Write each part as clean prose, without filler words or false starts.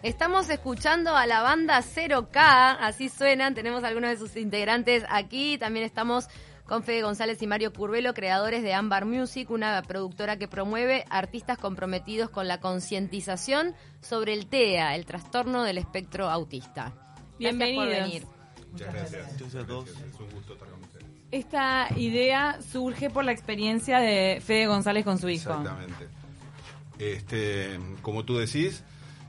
Estamos escuchando a la banda 0K, así suenan, tenemos algunos de sus integrantes aquí, también estamos con Fede González y Mario Curvelo, creadores de Ámbar Music, una productora que promueve artistas comprometidos con la concientización sobre el TEA, el trastorno del espectro autista. Bienvenidos. Gracias por venir. Muchas gracias. Muchas gracias a todos. Es un gusto estar con ustedes. Esta idea surge por la experiencia de Fede González con su hijo. Exactamente. Como tú decís,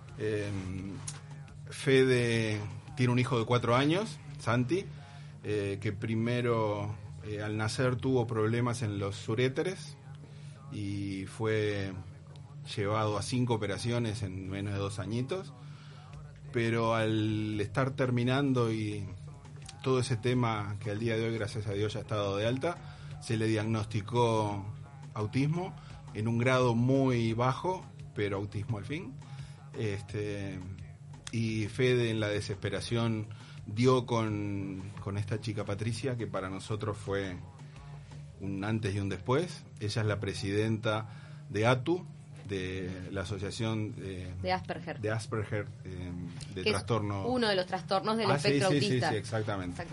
Fede tiene un hijo de 4 años, Santi, que primero al nacer tuvo problemas en los uréteres y fue llevado a 5 operaciones en menos de 2 añitos, pero al estar terminando y todo ese tema que al día de hoy, gracias a Dios, ya está dado de alta, se le diagnosticó autismo en un grado muy bajo, pero autismo al fin. Y Fede, en la desesperación, dio con esta chica Patricia, que para nosotros fue un antes y un después. Ella es la presidenta de ATU, de la asociación de Asperger, de trastorno. Uno de los trastornos del espectro autista. Sí, exactamente.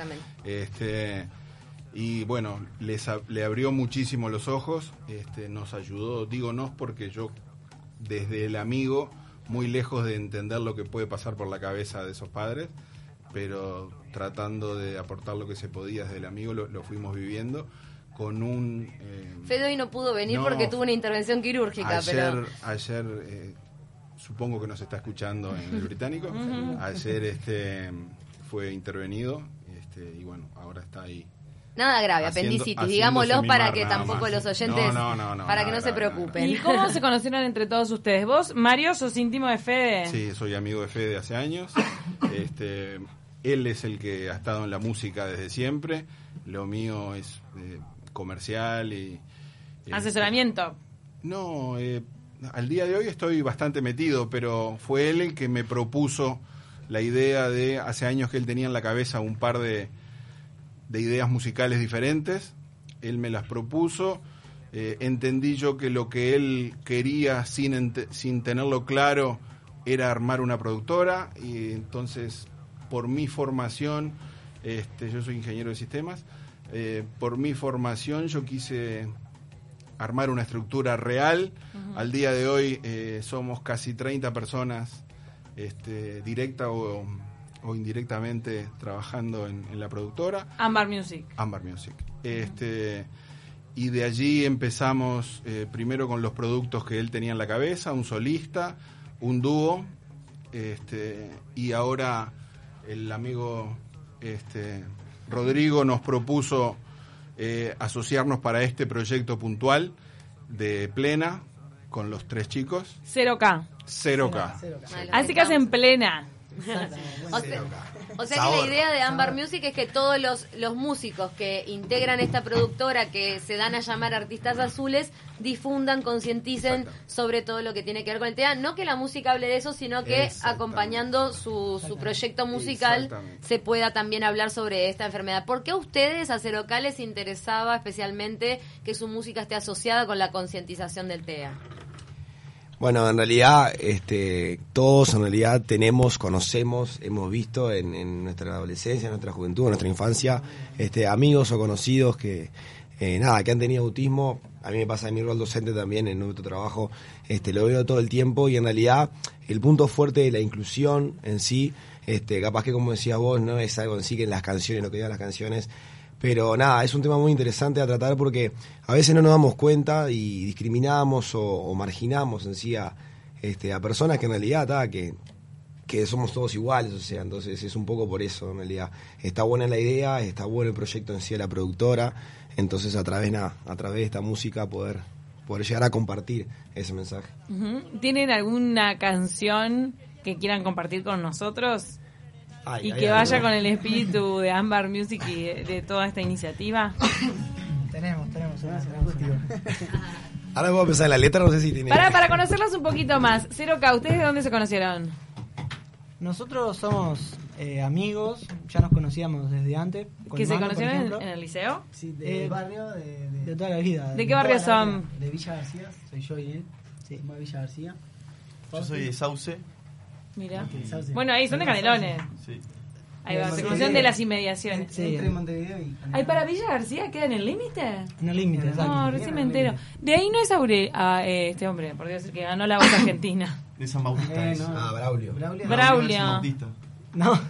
Y bueno, le abrió muchísimo los ojos, nos ayudó, digo nos porque yo, desde el amigo, muy lejos de entender lo que puede pasar por la cabeza de esos padres, pero tratando de aportar lo que se podía desde el amigo, lo fuimos viviendo con un... Fede hoy no pudo venir porque tuvo una intervención quirúrgica. Ayer supongo que nos está escuchando en el Británico. Ayer fue intervenido y bueno, ahora está ahí. Nada grave, apendicitis, digámoslo para que tampoco los oyentes, para que no se preocupen. ¿Y cómo se conocieron entre todos ustedes? ¿Vos, Mario, sos íntimo de Fede? Sí, soy amigo de Fede hace años. Él es el que ha estado en la música desde siempre. Lo mío es comercial y... ¿Asesoramiento? No, al día de hoy estoy bastante metido, pero fue él el que me propuso la idea de... Hace años que él tenía en la cabeza un par de ideas musicales diferentes. Él me las propuso. Entendí yo que lo que él quería sin tenerlo claro era armar una productora, y entonces por mi formación, yo soy ingeniero de sistemas, por mi formación yo quise armar una estructura real. Al día de hoy somos casi 30 personas directa o indirectamente trabajando en la productora. Ámbar Music. Y de allí empezamos primero con los productos que él tenía en la cabeza, un solista, un dúo, y ahora el amigo Rodrigo nos propuso asociarnos para este proyecto puntual de Plena con los 3 chicos. 0K. Así que hacen Plena. O sea que la idea de Ámbar Music es que todos los músicos que integran esta productora, que se dan a llamar Artistas Azules, difundan, concienticen sobre todo lo que tiene que ver con el TEA. No que la música hable de eso, sino que acompañando su proyecto musical se pueda también hablar sobre esta enfermedad. ¿Por qué a ustedes, a 0K, les interesaba especialmente que su música esté asociada con la concientización del TEA? Bueno, en realidad, todos en realidad conocemos, hemos visto en nuestra adolescencia, en nuestra juventud, en nuestra infancia, amigos o conocidos que han tenido autismo. A mí me pasa en mi rol docente también, en nuestro trabajo, lo veo todo el tiempo, y en realidad el punto fuerte de la inclusión en sí, capaz que, como decías vos, no es algo en sí que en las canciones, lo que digan las canciones, pero es un tema muy interesante a tratar, porque a veces no nos damos cuenta y discriminamos o marginamos en sí a personas que en realidad que somos todos iguales, o sea, entonces es un poco por eso, en realidad. Está buena la idea, está bueno el proyecto en sí de la productora, entonces a través de esta música poder llegar a compartir ese mensaje. ¿Tienen alguna canción que quieran compartir con nosotros? Que vaya con el espíritu de Ámbar Music y de toda esta iniciativa. Tenemos. Ahora vamos a empezar en la letra, no sé si tiene... Para conocerlos un poquito más, 0K, ¿ustedes de dónde se conocieron? Nosotros somos amigos, ya nos conocíamos desde antes. ¿Que se conocieron en el liceo? Sí, del barrio de toda la vida. ¿De qué barrio son? De Villa García, soy yo y él. Sí, de Villa García. Yo soy de Sauce. Mira. Bueno, ahí son de Canelones. Sí. Ahí va, se conocen de las inmediaciones. Sí, Entre Montevideo y... ¿Ay, para Villa García queda en el límite? En el límite, exacto. No, recién me entero. De ahí no es este hombre, por Dios, el que ganó la voz argentina. De San Bautista es. Braulio. Braulio. San Bautista. No.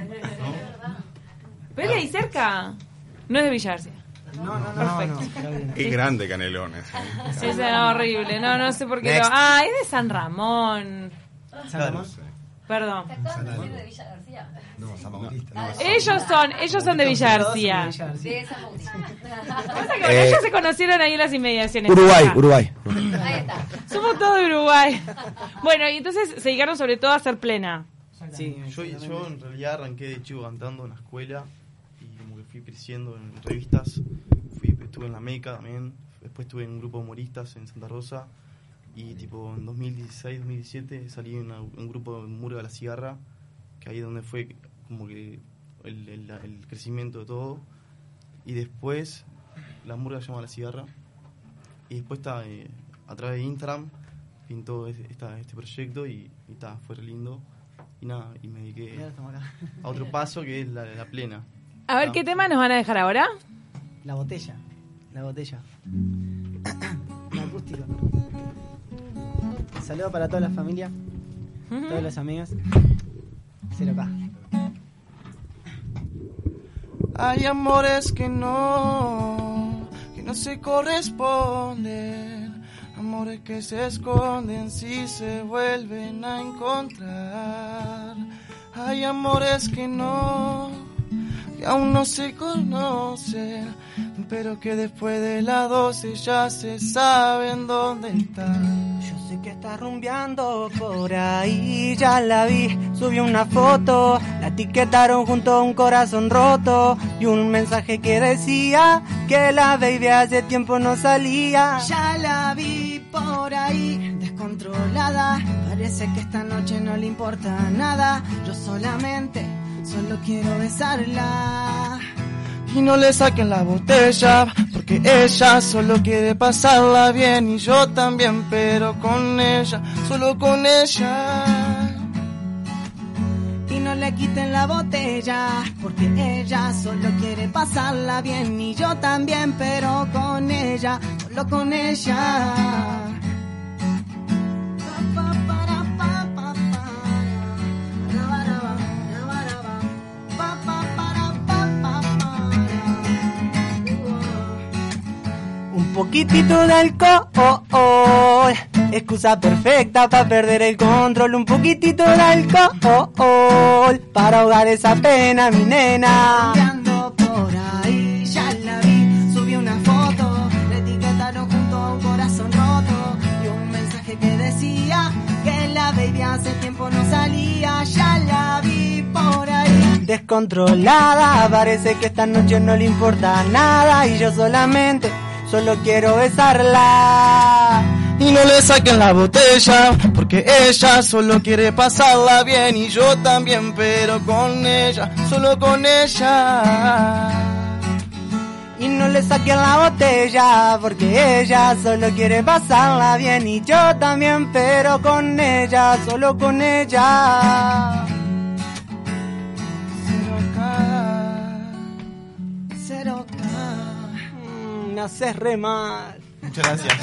¿Pero es de ahí cerca? No es de Villa García. No. Es grande Canelones. Es horrible, no sé por qué. Next. Es de San Ramón. ¿San Ramón? Perdón. de Villa García. No, San Bautista. No. Ellos son de Villa García. De San Bautista. Pasa que bueno, ellos se conocieron ahí en las inmediaciones. Uruguay. Ahí está. Somos todos de Uruguay. Bueno, y entonces se dedicaron sobre todo a hacer plena. Sí, yo en realidad arranqué de chico cantando en la escuela y como que fui creciendo en revistas. Estuve en La Meca también, después estuve en un grupo de humoristas en Santa Rosa y tipo en 2016-2017 salí en un grupo de Murga La Cigarra, que ahí es donde fue como que el crecimiento de todo. Y después la Murga se llama La Cigarra y después está a través de Instagram pintó este proyecto y fue re lindo. Y nada, y me dediqué a otro paso que es la plena. A ver, ¿qué tema nos van a dejar ahora? La botella. La acústica. Saludos para toda la familia, todas las amigas. 0K. Hay amores que no se corresponden, amores que se esconden si se vuelven a encontrar. Hay amores que aún no se conocen, pero que después de las 12 ya se saben dónde están. Yo sé que está rumbeando por ahí, ya la vi, subió una foto, la etiquetaron junto a un corazón roto y un mensaje que decía que la baby hace tiempo no salía. Ya la vi por ahí, descontrolada, parece que esta noche no le importa nada. Yo solo quiero besarla. Y no le saquen la botella, porque ella solo quiere pasarla bien y yo también, pero con ella, solo con ella. Y no le quiten la botella, porque ella solo quiere pasarla bien y yo también, pero con ella, solo con ella. Un poquitito de alcohol, excusa perfecta para perder el control. Un poquitito de alcohol para ahogar esa pena, mi nena. Ando por ahí, ya la vi, subí una foto, le etiquetaron junto a un corazón roto y un mensaje que decía que la baby hace tiempo no salía. Ya la vi por ahí, descontrolada, parece que esta noche no le importa nada y yo solo quiero besarla. Y no le saquen la botella, porque ella solo quiere pasarla bien y yo también, pero con ella, solo con ella. Y no le saquen la botella, porque ella solo quiere pasarla bien y yo también, pero con ella, solo con ella. 0K. Me haces re mal. Muchas gracias.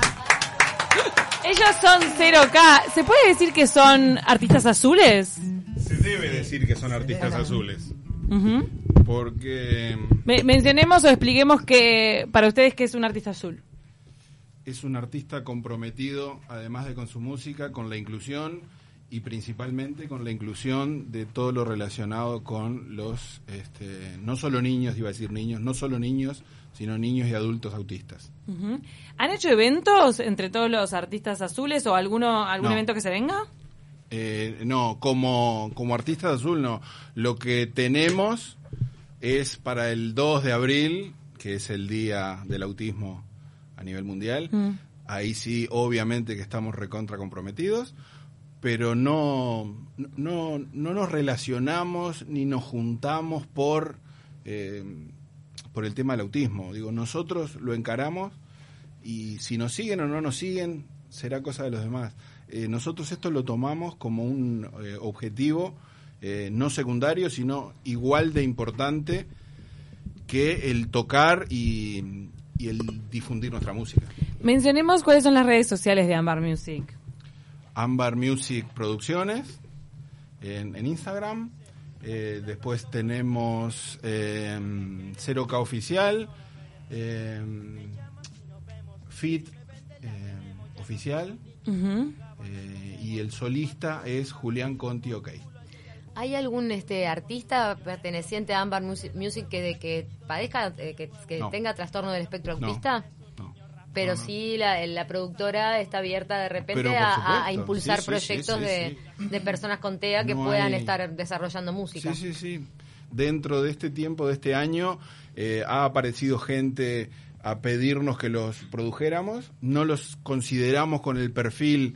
Ellos son 0K. ¿Se puede decir que son artistas azules? Se debe decir que son artistas azules. Uh-huh. Porque mencionemos o expliquemos que para ustedes qué es un artista azul. es un artista comprometido, además de con su música, con la inclusión y principalmente con la inclusión de todo lo relacionado con los, no solo niños, iba a decir niños, no solo niños, sino niños y adultos autistas. Uh-huh. ¿Han hecho eventos entre todos los artistas azules o algún No. evento que se venga? No, como artistas azul no. Lo que tenemos es para el 2 de abril, que es el Día del Autismo a nivel mundial. Ahí sí, obviamente que estamos recontra comprometidos, pero no nos relacionamos ni nos juntamos por el tema del autismo. Digo, nosotros lo encaramos y si nos siguen o no nos siguen, será cosa de los demás. Nosotros esto lo tomamos como un objetivo no secundario, sino igual de importante que el tocar y el difundir nuestra música. Mencionemos cuáles son las redes sociales de Ambar Music. Ambar Music Producciones en Instagram. Después tenemos 0K Oficial, Fit Oficial, y el solista es Julián Conti OK. ¿Hay algún artista perteneciente a Ambar Music que padezca, que No. tenga trastorno del espectro autista? No. Pero No. sí la productora está abierta de repente Pero por a supuesto. impulsar Sí, sí, proyectos sí, de personas con TEA que No puedan hay- estar desarrollando música. Sí. Dentro de este tiempo, de este año, ha aparecido gente a pedirnos que los produjéramos. No los consideramos con el perfil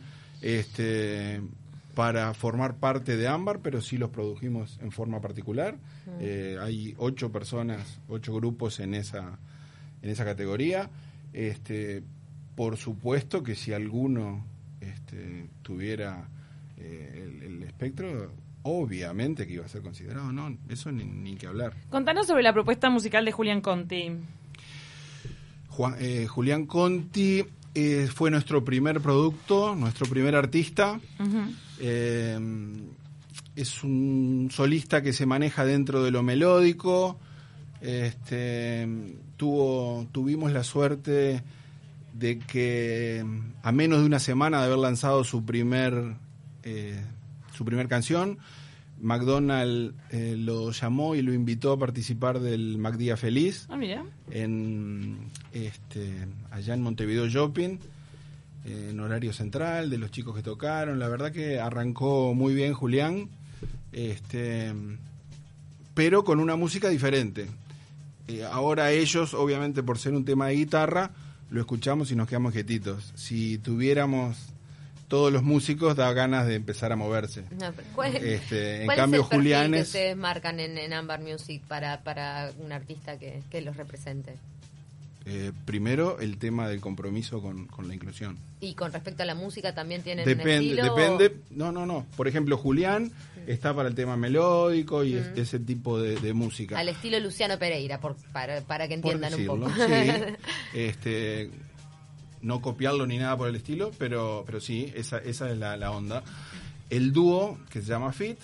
para formar parte de Ambar, pero sí los produjimos en forma particular. Hay 8 personas, 8 grupos en esa categoría. Por supuesto que si alguno tuviera el espectro, obviamente que iba a ser considerado, no, eso ni que hablar. Contanos sobre la propuesta musical de Julián Conti. Julián Conti fue nuestro primer producto, nuestro primer artista. Es un solista que se maneja dentro de lo melódico. Tuvimos la suerte de que a menos de una semana de haber lanzado su primer canción, McDonald's lo llamó y lo invitó a participar del MacDía Feliz Mira. allá en Montevideo Shopping, en horario central, de los chicos que tocaron. La verdad que arrancó muy bien Julián, pero con una música diferente. Ahora ellos, obviamente por ser un tema de guitarra, lo escuchamos y nos quedamos quietitos. Si tuviéramos todos los músicos, da ganas de empezar a moverse. No, pero ¿cuál En es cambio, el perfil Julián que es... ustedes marcan en Ambar Music para un artista que los represente? Primero, el tema del compromiso con la inclusión. Y con respecto a la música, ¿también tienen un estilo? Depende. No. Por ejemplo, Julián está para el tema melódico y ese tipo de música. Al estilo Luciano Pereira, para que entiendan un poco. Sí. No copiarlo ni nada por el estilo, pero sí, esa es la onda. El dúo, que se llama Fit,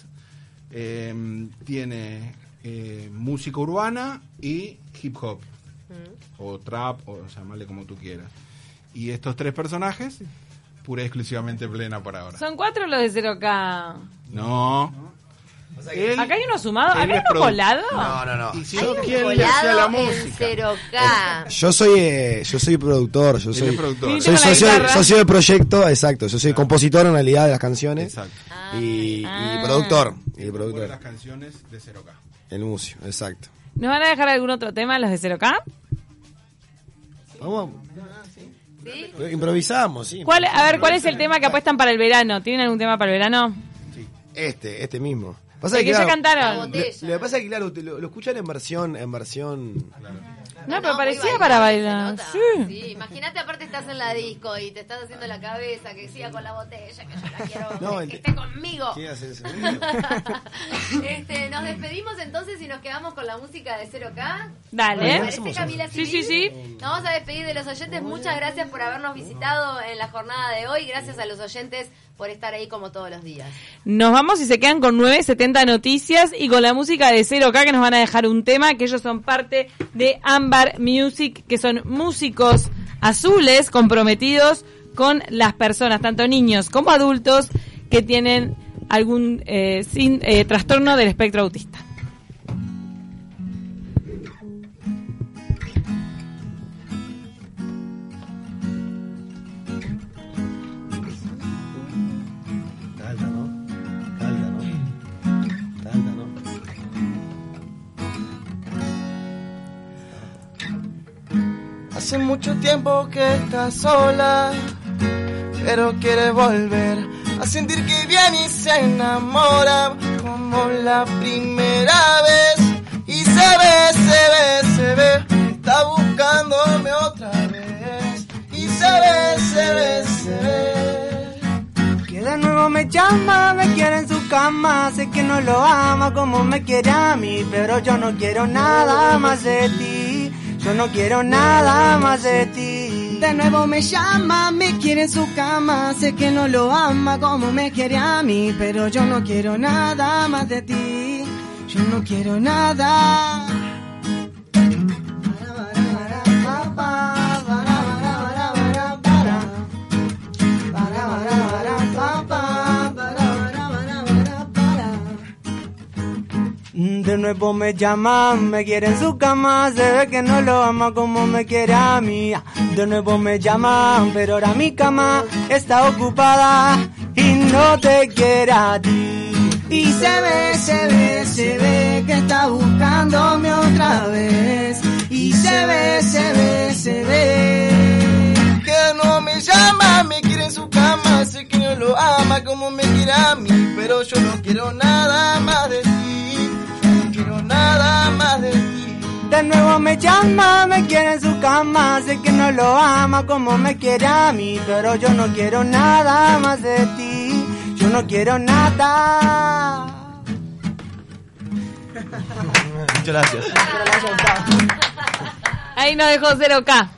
tiene música urbana y hip hop, o trap, o llamarle como tú quieras. Y estos 3 personajes, pura y exclusivamente Plena por ahora. Son 4 los de 0K. No. ¿Acá hay uno sumado? ¿Acá hay uno colado? No. Y si Hay no, un ¿quién le hacía la colado en música? 0K. Yo soy productor, yo Él soy es productor. Con la guitarra. socio del proyecto, exacto. Yo soy compositor en realidad de las canciones Exacto. y Ah. productor. Y Por productor. las canciones de 0K. El músico, exacto. ¿Nos van a dejar algún otro tema los de 0K? Vamos, ¿Sí? improvisamos, sí. ¿Cuál es el tema que apuestan para el verano? ¿Tienen algún tema para el verano? Este mismo. Pasa El que ya cantaron. La botella. Lo que pasa es que, claro, lo escuchan en versión. No, pero muy parecía para bailar. bailar, se nota. Sí. Sí, imagínate, aparte estás en la disco y te estás haciendo la cabeza, que siga con la botella, que yo la quiero, No, que esté conmigo. ¿Qué hace eso? Nos despedimos entonces y nos quedamos con la música de 0K. Dale. ¿Te parece, Camila Sí, Civil? sí. Nos vamos a despedir de los oyentes. Muchas gracias por habernos visitado en la jornada de hoy. Gracias a los oyentes por estar ahí como todos los días. Nos vamos y se quedan con 970 noticias y con la música de 0K, que nos van a dejar un tema, que ellos son parte de Ambar Music, que son músicos azules comprometidos con las personas, tanto niños como adultos, que tienen algún trastorno del espectro autista. Hace mucho tiempo que estás sola, pero quiere volver a sentir que viene y se enamora como la primera vez. Y se ve, está buscándome otra vez. Y se ve, me llama, me quiere en su cama. Sé que no lo ama como me quiere a mí, pero yo no quiero nada más de ti. Yo no quiero nada más de ti. De nuevo me llama, me quiere en su cama. Sé que no lo ama como me quiere a mí, pero yo no quiero nada más de ti. Yo no quiero nada. De nuevo me llama, me quiere en su cama. Se ve que no lo ama como me quiere a mí. De nuevo me llama, pero ahora mi cama está ocupada y no te quiere a ti. Y se ve que está buscándome otra vez. Y se ve que no me llama, me quiere en su cama. Sé que no lo ama como me quiere a mí, pero yo no quiero nada más de ti. Quiero nada más de ti. De nuevo me llama, me quiere en su cama. Sé que no lo ama como me quiere a mí, pero yo no quiero nada más de ti. Yo no quiero nada. Muchas gracias. Ahí nos dejó 0K.